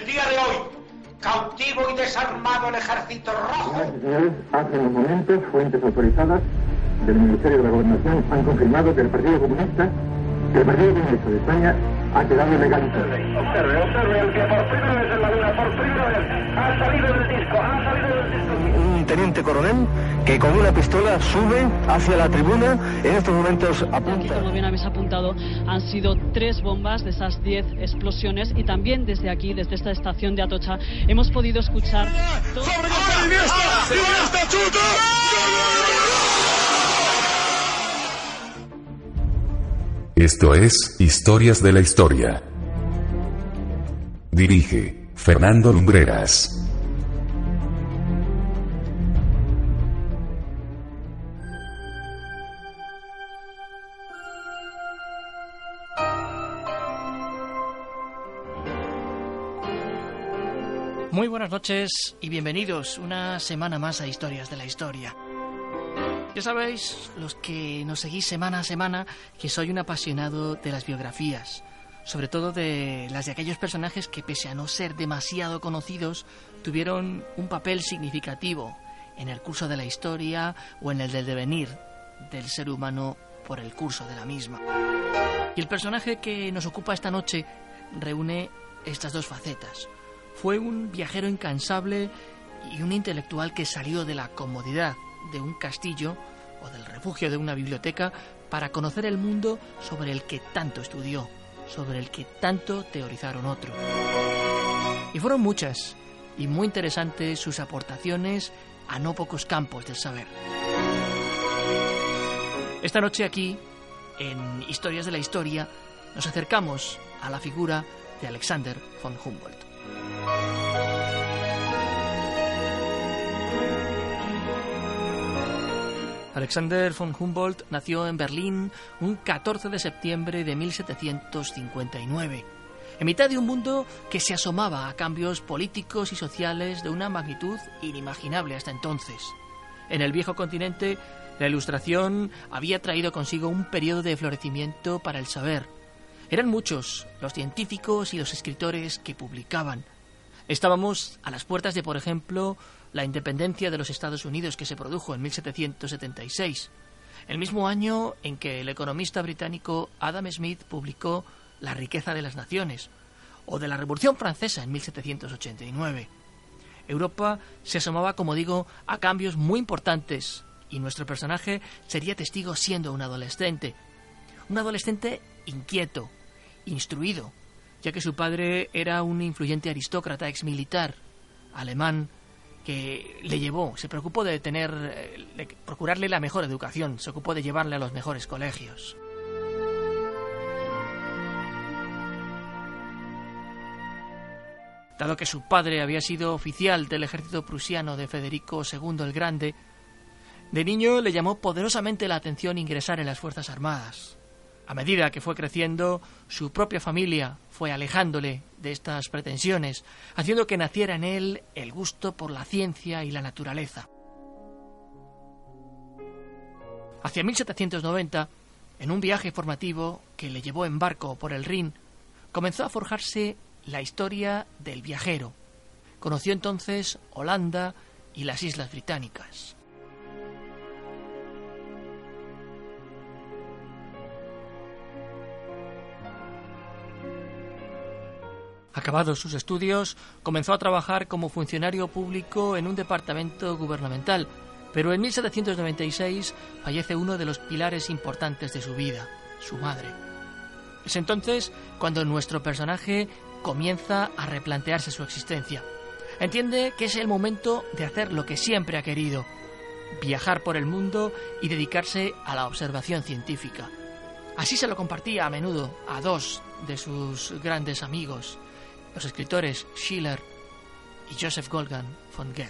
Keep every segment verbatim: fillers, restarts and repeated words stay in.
el día de hoy, cautivo y desarmado el ejército rojo. Señoras y señores, hace unos momentos, fuentes autorizadas del Ministerio de la Gobernación han confirmado que el Partido Comunista, que el Partido Comunista de España ha quedado legalizado. Observe, observe, el que por primera vez en la luna, por primera vez, ha salido del disco, ha salido del disco. Un teniente coronel que con una pistola sube hacia la tribuna, en estos momentos apunta. Aquí, como bien habéis apuntado, han sido tres bombas de esas diez explosiones y también desde aquí, desde esta estación de Atocha, hemos podido escuchar... Todo... Esto es Historias de la Historia. Dirige Fernando Lumbreras. Muy buenas noches y bienvenidos una semana más a Historias de la Historia. Ya sabéis, los que nos seguís semana a semana, que soy un apasionado de las biografías, sobre todo de las de aquellos personajes que, pese a no ser demasiado conocidos, tuvieron un papel significativo en el curso de la historia o en el del devenir del ser humano por el curso de la misma. Y el personaje que nos ocupa esta noche reúne estas dos facetas. Fue un viajero incansable y un intelectual que salió de la comodidad de un castillo o del refugio de una biblioteca para conocer el mundo sobre el que tanto estudió, sobre el que tanto teorizaron otros. Y fueron muchas y muy interesantes sus aportaciones a no pocos campos del saber. Esta noche aquí, en Historias de la Historia, nos acercamos a la figura de Alexander von Humboldt. Alexander von Humboldt nació en Berlín un catorce de septiembre de mil setecientos cincuenta y nueve, en mitad de un mundo que se asomaba a cambios políticos y sociales de una magnitud inimaginable hasta entonces. En el viejo continente, la Ilustración había traído consigo un periodo de florecimiento para el saber. Eran muchos los científicos y los escritores que publicaban. Estábamos a las puertas de, por ejemplo, la independencia de los Estados Unidos, que se produjo en mil setecientos setenta y seis, el mismo año en que el economista británico Adam Smith publicó La riqueza de las naciones, o de la Revolución Francesa en mil setecientos ochenta y nueve. Europa se asomaba, como digo, a cambios muy importantes, y nuestro personaje sería testigo siendo un adolescente. Un adolescente inquieto, instruido, ya que su padre era un influyente aristócrata exmilitar alemán que le llevó, se preocupó de tener, de procurarle la mejor educación, se ocupó de llevarle a los mejores colegios. Dado que su padre había sido oficial del ejército prusiano de Federico segundo el Grande, de niño le llamó poderosamente la atención ingresar en las Fuerzas Armadas. A medida que fue creciendo, su propia familia fue alejándole de estas pretensiones, haciendo que naciera en él el gusto por la ciencia y la naturaleza. Hacia mil setecientos noventa, en un viaje formativo que le llevó en barco por el Rin, comenzó a forjarse la historia del viajero. Conoció entonces Holanda y las Islas Británicas. Acabados sus estudios, comenzó a trabajar como funcionario público en un departamento gubernamental, pero en mil setecientos noventa y seis fallece uno de los pilares importantes de su vida, su madre. Es entonces cuando nuestro personaje comienza a replantearse su existencia. Entiende que es el momento de hacer lo que siempre ha querido: viajar por el mundo y dedicarse a la observación científica. Así se lo compartía a menudo a dos de sus grandes amigos, los escritores Schiller y Joseph Wolfgang von Goethe.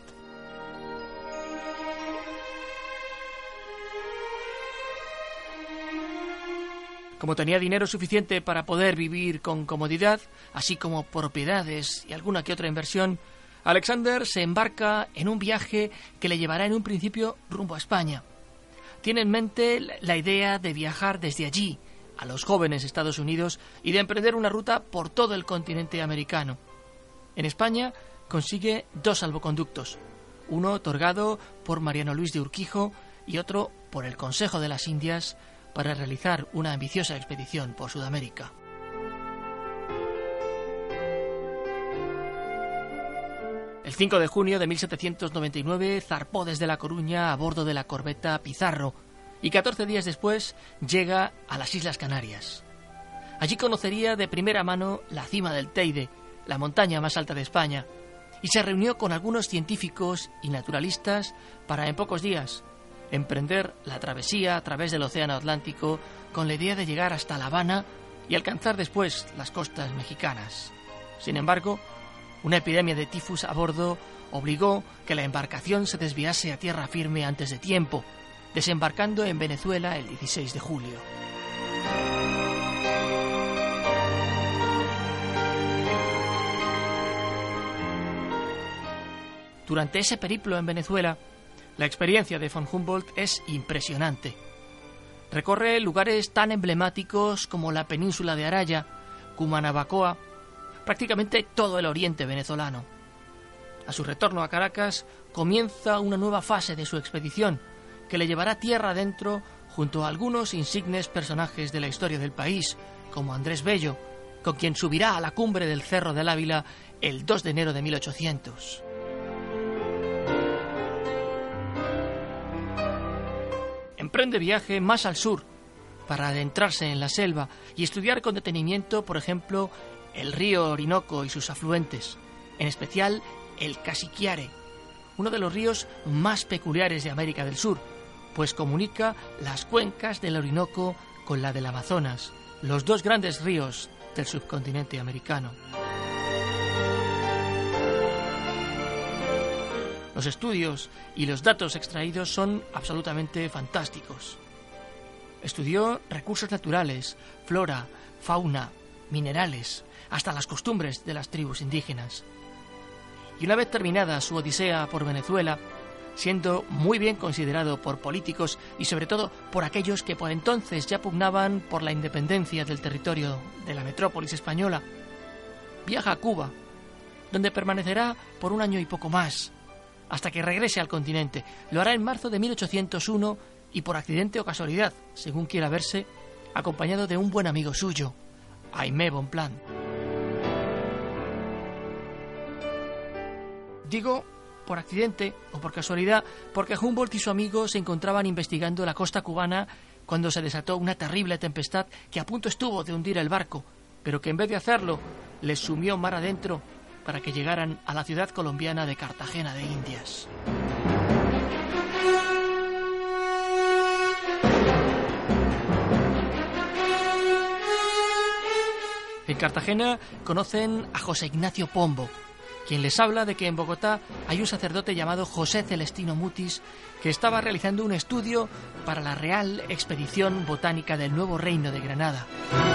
Como tenía dinero suficiente para poder vivir con comodidad, así como propiedades y alguna que otra inversión, Alexander se embarca en un viaje que le llevará en un principio rumbo a España. Tiene en mente la idea de viajar desde allí a los jóvenes Estados Unidos y de emprender una ruta por todo el continente americano. En España consigue dos salvoconductos, uno otorgado por Mariano Luis de Urquijo y otro por el Consejo de las Indias para realizar una ambiciosa expedición por Sudamérica. El cinco de junio de mil setecientos noventa y nueve zarpó desde La Coruña a bordo de la corbeta Pizarro y catorce días después llega a las Islas Canarias. Allí conocería de primera mano la cima del Teide, la montaña más alta de España, y se reunió con algunos científicos y naturalistas para en pocos días emprender la travesía a través del Océano Atlántico con la idea de llegar hasta La Habana y alcanzar después las costas mexicanas. Sin embargo, una epidemia de tifus a bordo obligó que la embarcación se desviase a tierra firme antes de tiempo, desembarcando en Venezuela el dieciséis de julio. Durante ese periplo en Venezuela, la experiencia de von Humboldt es impresionante. Recorre lugares tan emblemáticos como la península de Araya, Cumanabacoa, prácticamente todo el oriente venezolano. A su retorno a Caracas comienza una nueva fase de su expedición, que le llevará tierra adentro junto a algunos insignes personajes de la historia del país, como Andrés Bello, con quien subirá a la cumbre del Cerro del Ávila el dos de enero de mil ochocientos. Emprende viaje más al sur para adentrarse en la selva y estudiar con detenimiento, por ejemplo, el río Orinoco y sus afluentes, en especial el Casiquiare, uno de los ríos más peculiares de América del Sur, pues comunica las cuencas del Orinoco con la del Amazonas, los dos grandes ríos del subcontinente americano. Los estudios y los datos extraídos son absolutamente fantásticos. Estudió recursos naturales, flora, fauna, minerales, hasta las costumbres de las tribus indígenas. Y una vez terminada su odisea por Venezuela, siendo muy bien considerado por políticos y sobre todo por aquellos que por entonces ya pugnaban por la independencia del territorio de la metrópolis española, viaja a Cuba, donde permanecerá por un año y poco más, hasta que regrese al continente. Lo hará en marzo de mil ochocientos uno y por accidente o casualidad, según quiera verse, acompañado de un buen amigo suyo, Aimé Bonpland. Digo por accidente o por casualidad porque Humboldt y su amigo se encontraban investigando la costa cubana cuando se desató una terrible tempestad que a punto estuvo de hundir el barco, pero que en vez de hacerlo les sumió mar adentro para que llegaran a la ciudad colombiana de Cartagena de Indias. En Cartagena conocen a José Ignacio Pombo, quien les habla de que en Bogotá hay un sacerdote llamado José Celestino Mutis que estaba realizando un estudio para la Real Expedición Botánica del Nuevo Reino de Granada.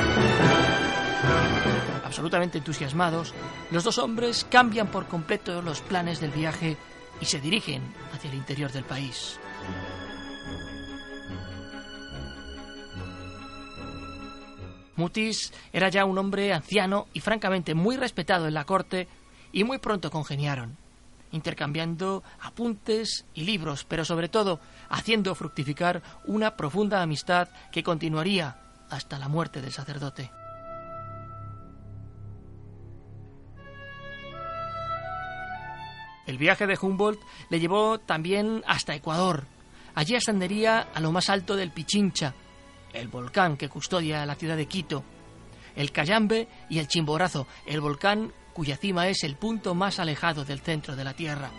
Absolutamente entusiasmados, los dos hombres cambian por completo los planes del viaje y se dirigen hacia el interior del país. Mutis era ya un hombre anciano y francamente muy respetado en la corte, y muy pronto congeniaron, intercambiando apuntes y libros, pero sobre todo haciendo fructificar una profunda amistad que continuaría hasta la muerte del sacerdote. El viaje de Humboldt le llevó también hasta Ecuador. Allí ascendería a lo más alto del Pichincha, el volcán que custodia la ciudad de Quito, el Cayambe y el Chimborazo, el volcán cuya cima es el punto más alejado del centro de la Tierra.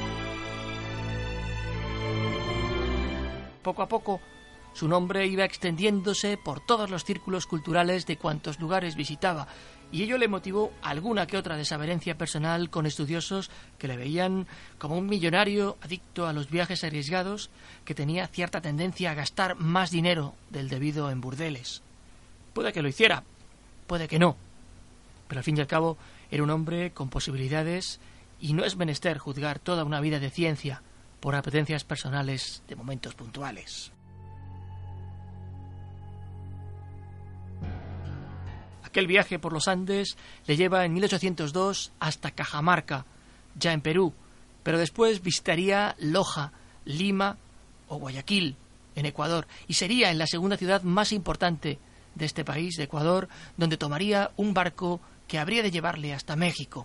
Poco a poco, su nombre iba extendiéndose por todos los círculos culturales de cuantos lugares visitaba, y ello le motivó alguna que otra desavenencia personal con estudiosos que le veían como un millonario adicto a los viajes arriesgados que tenía cierta tendencia a gastar más dinero del debido en burdeles. Puede que lo hiciera, puede que no, pero al fin y al cabo era un hombre con posibilidades y no es menester juzgar toda una vida de ciencia por apetencias personales de momentos puntuales. Aquel viaje por los Andes le lleva en mil ochocientos dos hasta Cajamarca, ya en Perú, pero después visitaría Loja, Lima o Guayaquil, en Ecuador, y sería en la segunda ciudad más importante de este país, de Ecuador, donde tomaría un barco que habría de llevarle hasta México.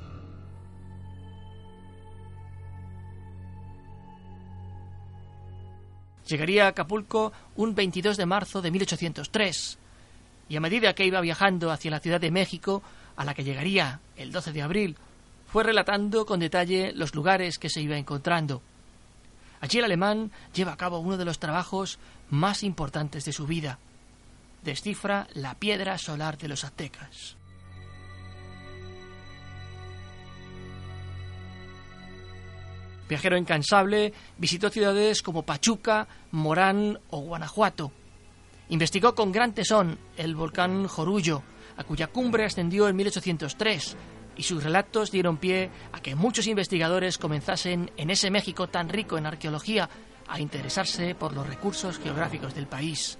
Llegaría a Acapulco un veintidós de marzo de mil ochocientos tres, y a medida que iba viajando hacia la Ciudad de México, a la que llegaría el doce de abril, fue relatando con detalle los lugares que se iba encontrando. Allí el alemán lleva a cabo uno de los trabajos más importantes de su vida. Descifra la piedra solar de los aztecas. Viajero incansable, visitó ciudades como Pachuca, Morán o Guanajuato. Investigó con gran tesón el volcán Jorullo, a cuya cumbre ascendió en mil ochocientos tres, y sus relatos dieron pie a que muchos investigadores comenzasen en ese México tan rico en arqueología a interesarse por los recursos geográficos del país.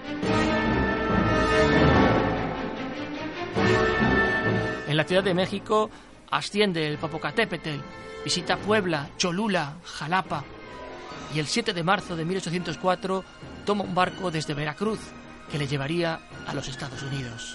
En la Ciudad de México asciende el Popocatépetl, visita Puebla, Cholula, Jalapa, y el siete de marzo de mil ochocientos cuatro toma un barco desde Veracruz que le llevaría a los Estados Unidos.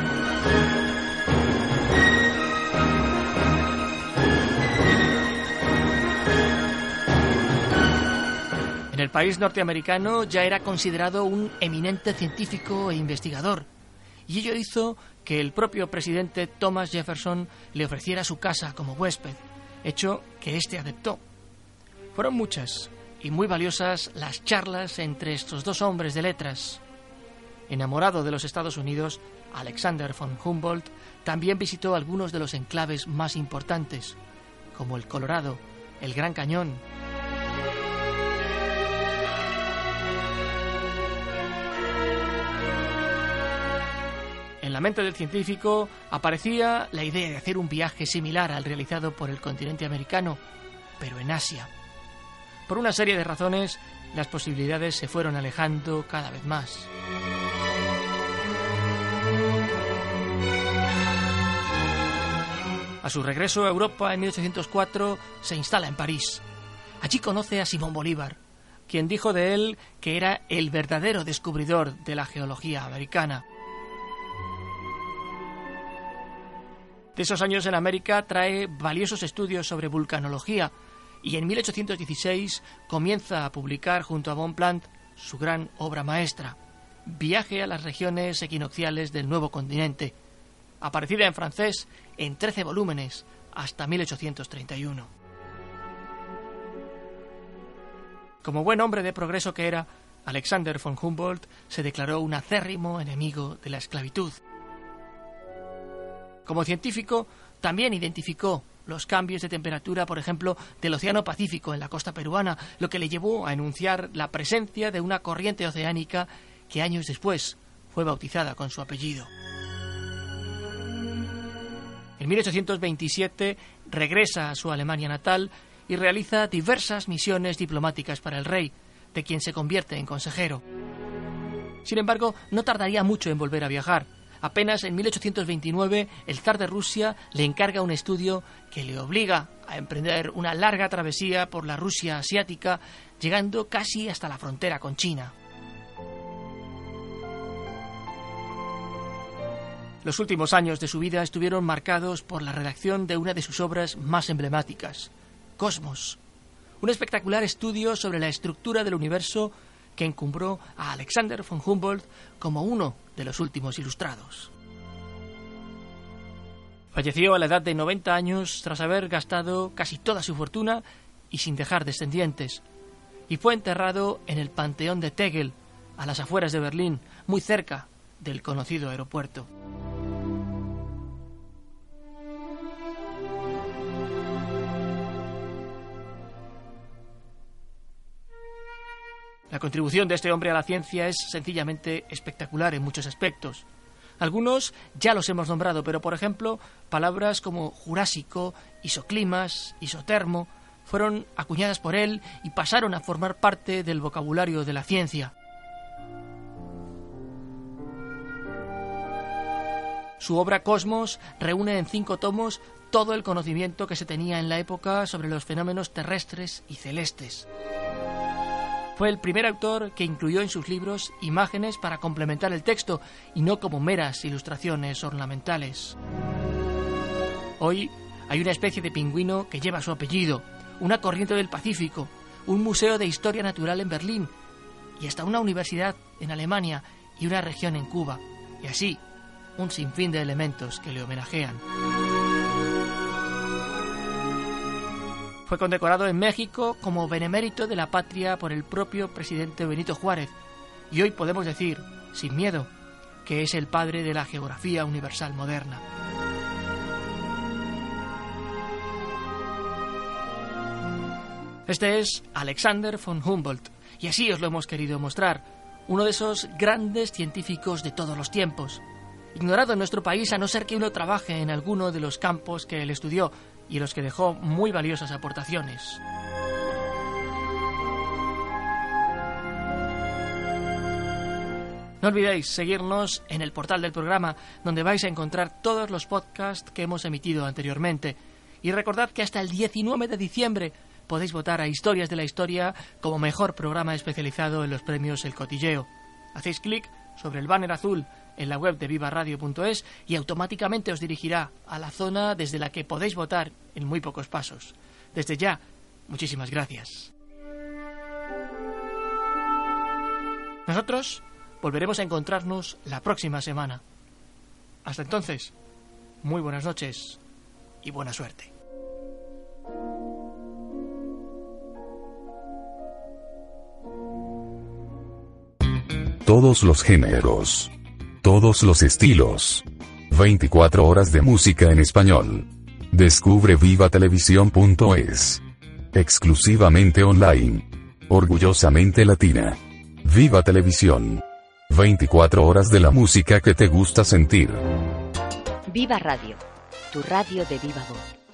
En el país norteamericano ya era considerado un eminente científico e investigador, y ello hizo que el propio presidente Thomas Jefferson le ofreciera su casa como huésped, hecho que éste aceptó. Fueron muchas y muy valiosas las charlas entre estos dos hombres de letras. Enamorado de los Estados Unidos, Alexander von Humboldt también visitó algunos de los enclaves más importantes, como el Colorado, el Gran Cañón. En la mente del científico aparecía la idea de hacer un viaje similar al realizado por el continente americano, pero en Asia. Por una serie de razones, las posibilidades se fueron alejando cada vez más. A su regreso a Europa en mil ochocientos cuatro, se instala en París. Allí conoce a Simón Bolívar, quien dijo de él que era el verdadero descubridor de la geología americana. De esos años en América trae valiosos estudios sobre vulcanología y en mil ochocientos dieciséis comienza a publicar junto a Bonpland su gran obra maestra, Viaje a las regiones equinocciales del Nuevo Continente, aparecida en francés en trece volúmenes hasta mil ochocientos treinta y uno. Como buen hombre de progreso que era, Alexander von Humboldt se declaró un acérrimo enemigo de la esclavitud. Como científico, también identificó los cambios de temperatura, por ejemplo, del Océano Pacífico en la costa peruana, lo que le llevó a enunciar la presencia de una corriente oceánica que años después fue bautizada con su apellido. En mil ochocientos veintisiete regresa a su Alemania natal y realiza diversas misiones diplomáticas para el rey, de quien se convierte en consejero. Sin embargo, no tardaría mucho en volver a viajar. Apenas en mil ochocientos veintinueve, el zar de Rusia le encarga un estudio que le obliga a emprender una larga travesía por la Rusia asiática, llegando casi hasta la frontera con China. Los últimos años de su vida estuvieron marcados por la redacción de una de sus obras más emblemáticas, Cosmos, un espectacular estudio sobre la estructura del universo que encumbró a Alexander von Humboldt como uno de los últimos ilustrados. Falleció a la edad de noventa años tras haber gastado casi toda su fortuna y sin dejar descendientes, y fue enterrado en el Panteón de Tegel, a las afueras de Berlín, muy cerca del conocido aeropuerto. La contribución de este hombre a la ciencia es sencillamente espectacular en muchos aspectos. Algunos ya los hemos nombrado, pero por ejemplo, palabras como jurásico, isoclimas, isotermo, fueron acuñadas por él y pasaron a formar parte del vocabulario de la ciencia. Su obra Cosmos reúne en cinco tomos todo el conocimiento que se tenía en la época sobre los fenómenos terrestres y celestes. Fue el primer autor que incluyó en sus libros imágenes para complementar el texto y no como meras ilustraciones ornamentales. Hoy hay una especie de pingüino que lleva su apellido, una corriente del Pacífico, un museo de historia natural en Berlín y hasta una universidad en Alemania y una región en Cuba, y así un sinfín de elementos que le homenajean. Fue condecorado en México como benemérito de la patria por el propio presidente Benito Juárez, y hoy podemos decir, sin miedo, que es el padre de la geografía universal moderna. Este es Alexander von Humboldt, y así os lo hemos querido mostrar, uno de esos grandes científicos de todos los tiempos, ignorado en nuestro país a no ser que uno trabaje en alguno de los campos que él estudió y en los que dejó muy valiosas aportaciones. No olvidéis seguirnos en el portal del programa, donde vais a encontrar todos los podcasts que hemos emitido anteriormente. Y recordad que hasta el diecinueve de diciembre podéis votar a Historias de la Historia como mejor programa especializado en los premios El Cotilleo. Hacéis clic sobre el banner azul en la web de viva radio punto es y automáticamente os dirigirá a la zona desde la que podéis votar en muy pocos pasos. Desde ya, muchísimas gracias. Nosotros volveremos a encontrarnos la próxima semana. Hasta entonces, muy buenas noches y buena suerte. Todos los géneros. Todos los estilos. veinticuatro horas de música en español. Descubre viva televisión punto es. Exclusivamente online. Orgullosamente latina. Viva Televisión. veinticuatro horas de la música que te gusta sentir. Viva Radio. Tu radio de viva voz.